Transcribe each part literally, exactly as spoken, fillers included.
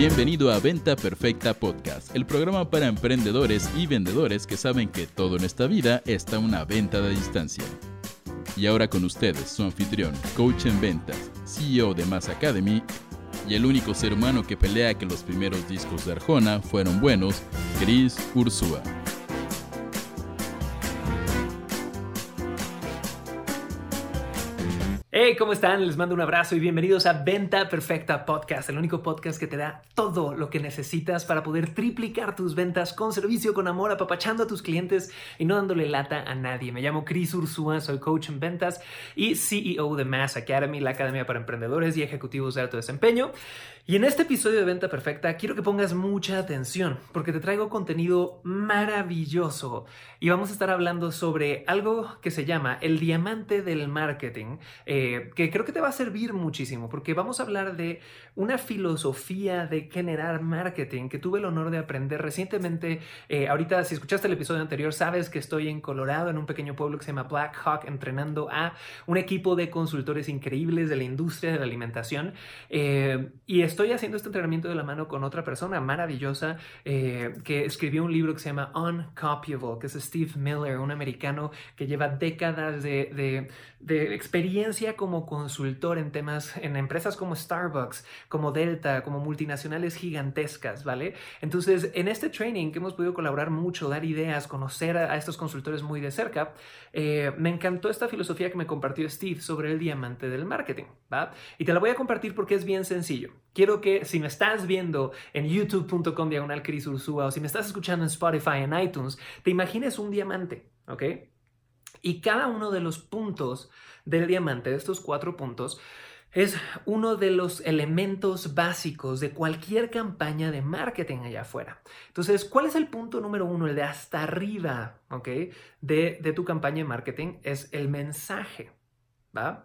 Bienvenido a Venta Perfecta Podcast, el programa para emprendedores y vendedores que saben que todo en esta vida está a una venta de distancia. Y ahora con ustedes, su anfitrión, coach en ventas, C E O de Mass Academy y el único ser humano que pelea que los primeros discos de Arjona fueron buenos, Chris Ursúa. Hey, ¿cómo están? Les mando un abrazo y bienvenidos a Venta Perfecta Podcast, el único podcast que te da todo lo que necesitas para poder triplicar tus ventas con servicio, con amor, apapachando a tus clientes y no dándole lata a nadie. Me llamo Chris Ursúa, soy coach en ventas y C E O de Mass Academy, la academia para emprendedores y ejecutivos de alto desempeño. Y en este episodio de Venta Perfecta quiero que pongas mucha atención porque te traigo contenido maravilloso y vamos a estar hablando sobre algo que se llama el diamante del marketing, eh, que creo que te va a servir muchísimo porque vamos a hablar de una filosofía de generar marketing que tuve el honor de aprender recientemente. Eh, ahorita, si escuchaste el episodio anterior, sabes que estoy en Colorado, en un pequeño pueblo que se llama Black Hawk, entrenando a un equipo de consultores increíbles de la industria de la alimentación, eh, y estoy haciendo este entrenamiento de la mano con otra persona maravillosa eh, que escribió un libro que se llama Uncopyable, que es Steve Miller, un americano que lleva décadas de, de, de experiencia como consultor en temas, en empresas como Starbucks, como Delta, como multinacionales gigantescas, ¿vale? Entonces, en este training que hemos podido colaborar mucho, dar ideas, conocer a, a estos consultores muy de cerca, eh, me encantó esta filosofía que me compartió Steve sobre el diamante del marketing, ¿va? Y te la voy a compartir porque es bien sencillo. Quiero que si me estás viendo en youtube punto com diagonal Chris Ursúa o si me estás escuchando en Spotify, en iTunes, te imagines un diamante, ¿ok? Y cada uno de los puntos del diamante, de estos cuatro puntos, es uno de los elementos básicos de cualquier campaña de marketing allá afuera. Entonces, ¿cuál es el punto número uno? El de hasta arriba, ¿ok? De, de tu campaña de marketing es el mensaje, ¿va?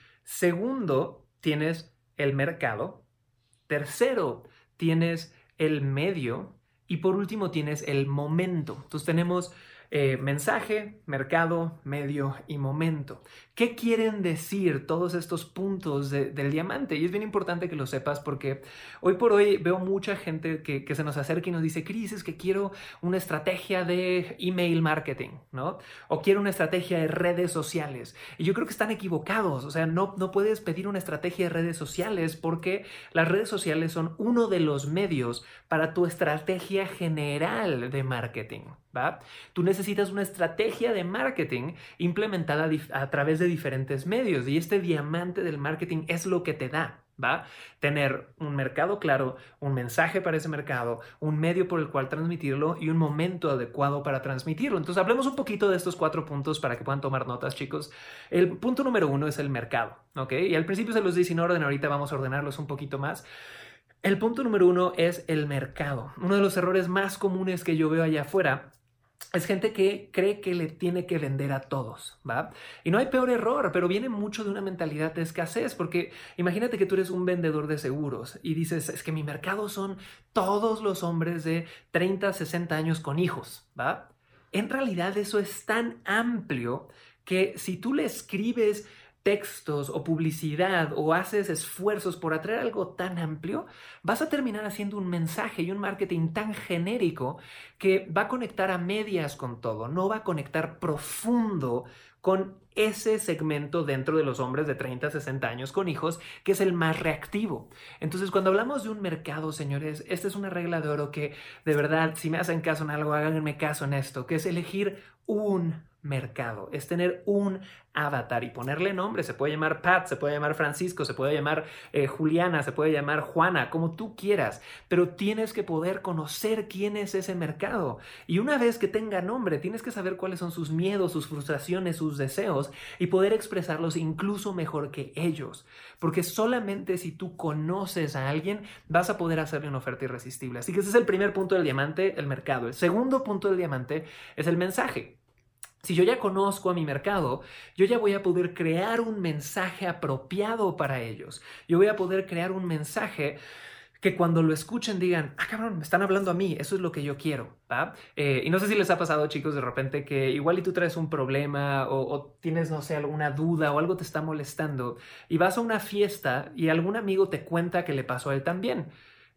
Segundo, tienes el mercado. Tercero, tienes el medio. Y por último, tienes el momento. Entonces tenemos eh, mensaje, mercado, medio y momento. ¿Qué quieren decir todos estos puntos de, del diamante? Y es bien importante que lo sepas porque hoy por hoy veo mucha gente que, que se nos acerca y nos dice, Chris, es que quiero una estrategia de email marketing, ¿no? O quiero una estrategia de redes sociales. Y yo creo que están equivocados. O sea, no, no puedes pedir una estrategia de redes sociales porque las redes sociales son uno de los medios para tu estrategia general de marketing, ¿va? Tú necesitas una estrategia de marketing implementada a través de diferentes medios y este diamante del marketing es lo que te da, ¿va? Tener un mercado claro, un mensaje para ese mercado, un medio por el cual transmitirlo y un momento adecuado para transmitirlo. Entonces hablemos un poquito de estos cuatro puntos para que puedan tomar notas, chicos. El punto número uno es el mercado, ¿ok? Y al principio se los di sin orden, ahorita vamos a ordenarlos un poquito más. El punto número uno es el mercado. Uno de los errores más comunes que yo veo allá afuera es gente que cree que le tiene que vender a todos, ¿va? Y no hay peor error, pero viene mucho de una mentalidad de escasez, porque imagínate que tú eres un vendedor de seguros y dices, es que mi mercado son todos los hombres de treinta, sesenta años con hijos, ¿va? En realidad eso es tan amplio que si tú le escribes textos o publicidad o haces esfuerzos por atraer algo tan amplio, vas a terminar haciendo un mensaje y un marketing tan genérico que va a conectar a medias con todo, no va a conectar profundo con ese segmento dentro de los hombres de treinta, sesenta años con hijos, que es el más reactivo. Entonces, cuando hablamos de un mercado, señores, esta es una regla de oro que, de verdad, si me hacen caso en algo, háganme caso en esto, que es elegir un mercado, es tener un avatar y ponerle nombre. Se puede llamar Pat, se puede llamar Francisco, se puede llamar eh, Juliana, se puede llamar Juana, como tú quieras, pero tienes que poder conocer quién es ese mercado y una vez que tenga nombre, tienes que saber cuáles son sus miedos, sus frustraciones, sus deseos y poder expresarlos incluso mejor que ellos, porque solamente si tú conoces a alguien vas a poder hacerle una oferta irresistible. Así que ese es el primer punto del diamante, el mercado. El segundo punto del diamante es el mensaje. Si yo ya conozco a mi mercado, yo ya voy a poder crear un mensaje apropiado para ellos. Yo voy a poder crear un mensaje que cuando lo escuchen digan, ah, cabrón, me están hablando a mí, eso es lo que yo quiero, ¿va? Eh, y no sé si les ha pasado, chicos, de repente que igual y tú traes un problema o, o tienes, no sé, alguna duda o algo te está molestando y vas a una fiesta y algún amigo te cuenta que le pasó a él también.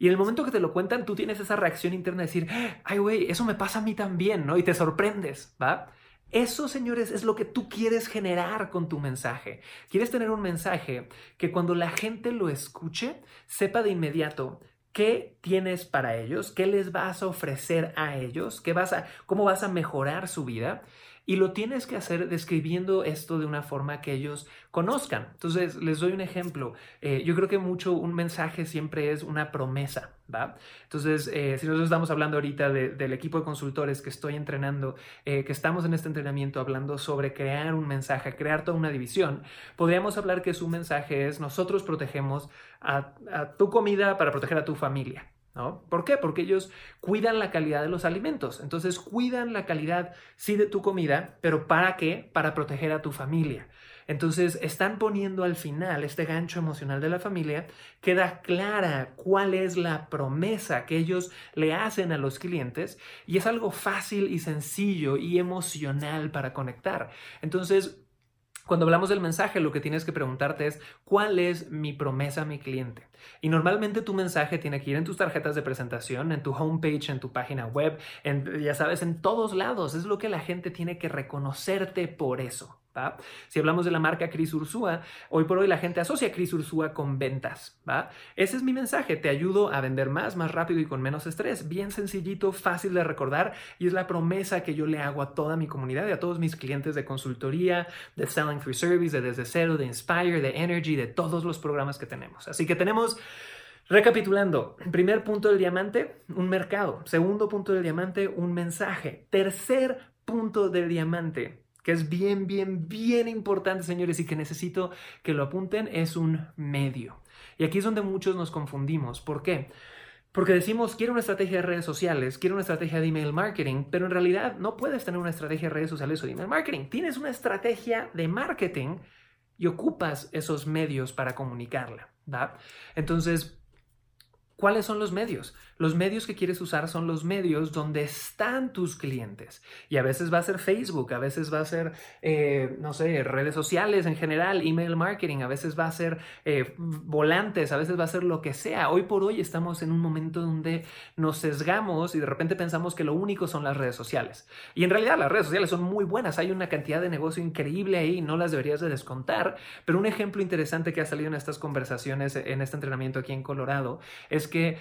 Y en el momento que te lo cuentan, tú tienes esa reacción interna de decir, ay, güey, eso me pasa a mí también, ¿no? Y te sorprendes, ¿va? Eso, señores, es lo que tú quieres generar con tu mensaje. Quieres tener un mensaje que cuando la gente lo escuche, sepa de inmediato qué tienes para ellos, qué les vas a ofrecer a ellos, qué vas a, cómo vas a mejorar su vida. Y lo tienes que hacer describiendo esto de una forma que ellos conozcan. Entonces, les doy un ejemplo. Eh, yo creo que mucho un mensaje siempre es una promesa, ¿va? Entonces, eh, si nosotros estamos hablando ahorita de, del equipo de consultores que estoy entrenando, eh, que estamos en este entrenamiento hablando sobre crear un mensaje, crear toda una división, podríamos hablar que su mensaje es: nosotros protegemos a, a tu comida para proteger a tu familia, ¿no? ¿Por qué? Porque ellos cuidan la calidad de los alimentos. Entonces, cuidan la calidad, sí, de tu comida, pero ¿para qué? Para proteger a tu familia. Entonces, están poniendo al final este gancho emocional de la familia. Queda clara cuál es la promesa que ellos le hacen a los clientes y es algo fácil y sencillo y emocional para conectar. Entonces, cuando hablamos del mensaje, lo que tienes que preguntarte es: ¿cuál es mi promesa a mi cliente? Y normalmente tu mensaje tiene que ir en tus tarjetas de presentación, en tu homepage, en tu página web, en, ya sabes, en todos lados. Es lo que la gente tiene que reconocerte por eso, ¿va? Si hablamos de la marca Cris Ursúa, hoy por hoy la gente asocia a Cris Ursúa con ventas, ¿va? Ese es mi mensaje: te ayudo a vender más, más rápido y con menos estrés. Bien sencillito, fácil de recordar, y es la promesa que yo le hago a toda mi comunidad y a todos mis clientes de consultoría, de Selling Through Service, de Desde Cero, de Inspire, de Energy, de todos los programas que tenemos. Así que tenemos, recapitulando, primer punto del diamante, un mercado. Segundo punto del diamante, un mensaje. Tercer punto del diamante, que es bien, bien, bien importante, señores, y que necesito que lo apunten, es un medio. Y aquí es donde muchos nos confundimos. ¿Por qué? Porque decimos: quiero una estrategia de redes sociales, quiero una estrategia de email marketing, pero en realidad no puedes tener una estrategia de redes sociales o de email marketing. Tienes una estrategia de marketing y ocupas esos medios para comunicarla, ¿va? Entonces, ¿cuáles son los medios? Los medios que quieres usar son los medios donde están tus clientes. Y a veces va a ser Facebook, a veces va a ser, eh, no sé, redes sociales en general, email marketing, a veces va a ser eh, volantes, a veces va a ser lo que sea. Hoy por hoy estamos en un momento donde nos sesgamos y de repente pensamos que lo único son las redes sociales. Y en realidad las redes sociales son muy buenas. Hay una cantidad de negocio increíble ahí, no las deberías de descontar. Pero un ejemplo interesante que ha salido en estas conversaciones, en este entrenamiento aquí en Colorado, es que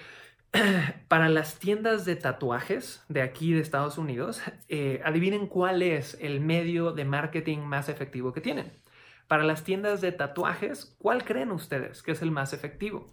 para las tiendas de tatuajes de aquí de Estados Unidos, eh, adivinen cuál es el medio de marketing más efectivo que tienen. Para las tiendas de tatuajes, ¿cuál creen ustedes que es el más efectivo?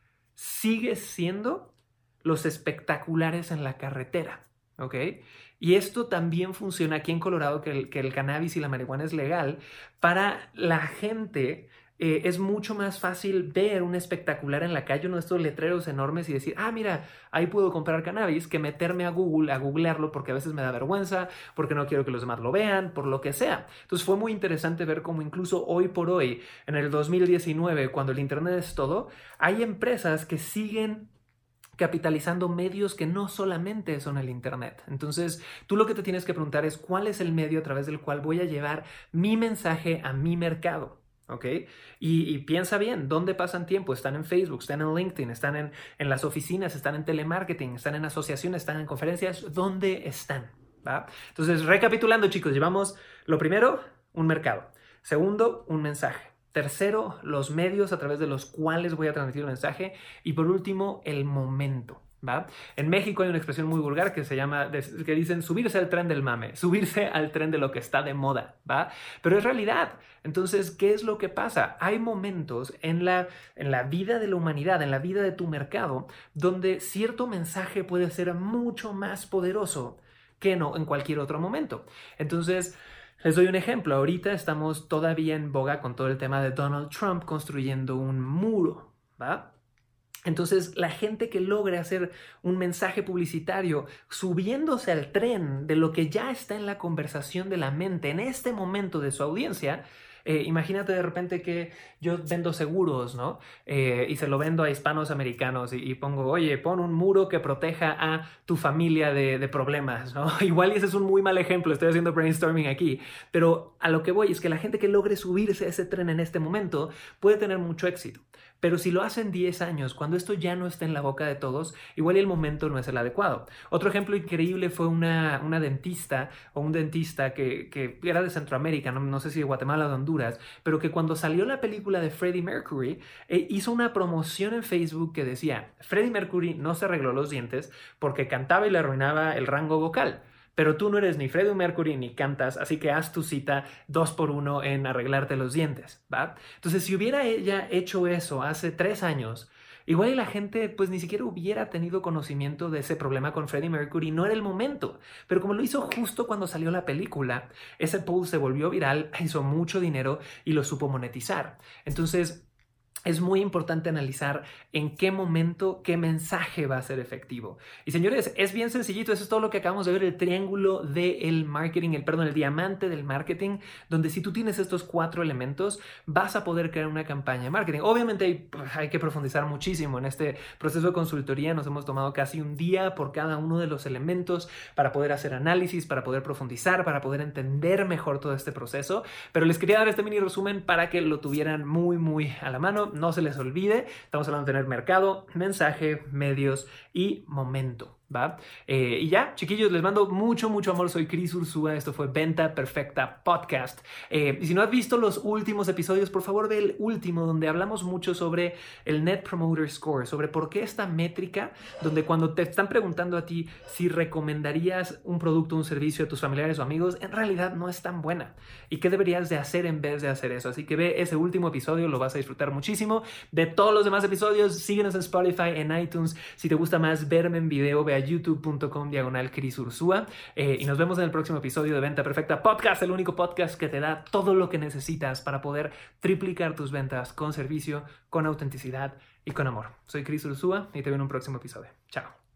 Sigue siendo los espectaculares en la carretera, ¿ok? Y esto también funciona aquí en Colorado, que el, que el cannabis y la marihuana es legal. Para la gente Eh, es mucho más fácil ver un espectacular en la calle, uno de estos letreros enormes, y decir: ah, mira, ahí puedo comprar cannabis, que meterme a Google, a googlearlo, porque a veces me da vergüenza, porque no quiero que los demás lo vean, por lo que sea. Entonces fue muy interesante ver cómo incluso hoy por hoy, en el dos mil diecinueve, cuando el internet es todo, hay empresas que siguen capitalizando medios que no solamente son el internet. Entonces, tú lo que te tienes que preguntar es: ¿cuál es el medio a través del cual voy a llevar mi mensaje a mi mercado? ¿Ok? Y, y piensa bien, ¿dónde pasan tiempo? ¿Están en Facebook? ¿Están en LinkedIn? ¿Están en, en las oficinas? ¿Están en telemarketing? ¿Están en asociaciones? ¿Están en conferencias? ¿Dónde están? ¿Va? Entonces, recapitulando, chicos, llevamos lo primero, un mercado. Segundo, un mensaje. Tercero, los medios a través de los cuales voy a transmitir el mensaje. Y por último, el momento, ¿va? En México hay una expresión muy vulgar que se llama, que dicen subirse al tren del mame, subirse al tren de lo que está de moda, ¿va? Pero es realidad. Entonces, ¿qué es lo que pasa? Hay momentos en la, en la vida de la humanidad, en la vida de tu mercado, donde cierto mensaje puede ser mucho más poderoso que no en cualquier otro momento. Entonces, les doy un ejemplo. Ahorita estamos todavía en boga con todo el tema de Donald Trump construyendo un muro, ¿va? Entonces, la gente que logra hacer un mensaje publicitario subiéndose al tren de lo que ya está en la conversación de la mente en este momento de su audiencia, eh, imagínate de repente que yo vendo seguros, ¿no? Eh, y se lo vendo a hispanos americanos y, y pongo: oye, pon un muro que proteja a tu familia de, de problemas, ¿no? Igual y ese es un muy mal ejemplo, estoy haciendo brainstorming aquí, pero a lo que voy es que la gente que logre subirse a ese tren en este momento puede tener mucho éxito. Pero si lo hacen diez años, cuando esto ya no está en la boca de todos, igual el momento no es el adecuado. Otro ejemplo increíble fue una, una dentista o un dentista que, que era de Centroamérica, no, no sé si de Guatemala o de Honduras, pero que cuando salió la película de Freddie Mercury, eh, hizo una promoción en Facebook que decía: Freddie Mercury no se arregló los dientes porque cantaba y le arruinaba el rango vocal. Pero tú no eres ni Freddie Mercury ni cantas, así que haz tu cita dos por uno en arreglarte los dientes, ¿va? Entonces, si hubiera ella hecho eso hace tres años, igual la gente pues ni siquiera hubiera tenido conocimiento de ese problema con Freddie Mercury, no era el momento. Pero como lo hizo justo cuando salió la película, ese post se volvió viral, hizo mucho dinero y lo supo monetizar. Entonces, es muy importante analizar en qué momento, qué mensaje va a ser efectivo. Y señores, es bien sencillito. Eso es todo lo que acabamos de ver, el triángulo del marketing, el, perdón, el diamante del marketing, donde si tú tienes estos cuatro elementos, vas a poder crear una campaña de marketing. Obviamente hay, hay que profundizar muchísimo en este proceso de consultoría. Nos hemos tomado casi un día por cada uno de los elementos para poder hacer análisis, para poder profundizar, para poder entender mejor todo este proceso. Pero les quería dar este mini resumen para que lo tuvieran muy, muy a la mano. No se les olvide, estamos hablando de tener mercado, mensaje, medios y momento, ¿va? Eh, y ya, chiquillos, les mando mucho, mucho amor. Soy Cris Ursúa. Esto fue Venta Perfecta Podcast. Eh, y si no has visto los últimos episodios, por favor ve el último, donde hablamos mucho sobre el Net Promoter Score, sobre por qué esta métrica, donde cuando te están preguntando a ti si recomendarías un producto o un servicio a tus familiares o amigos, en realidad no es tan buena. ¿Y qué deberías de hacer en vez de hacer eso? Así que ve ese último episodio, lo vas a disfrutar muchísimo. De todos los demás episodios, síguenos en Spotify, en iTunes. Si te gusta más verme en video, ve a youtube punto com diagonal Cris Ursúa. Eh, y nos vemos en el próximo episodio de Venta Perfecta Podcast, el único podcast que te da todo lo que necesitas para poder triplicar tus ventas con servicio, con autenticidad y con amor. Soy Cris Ursúa y te veo en un próximo episodio. Chao.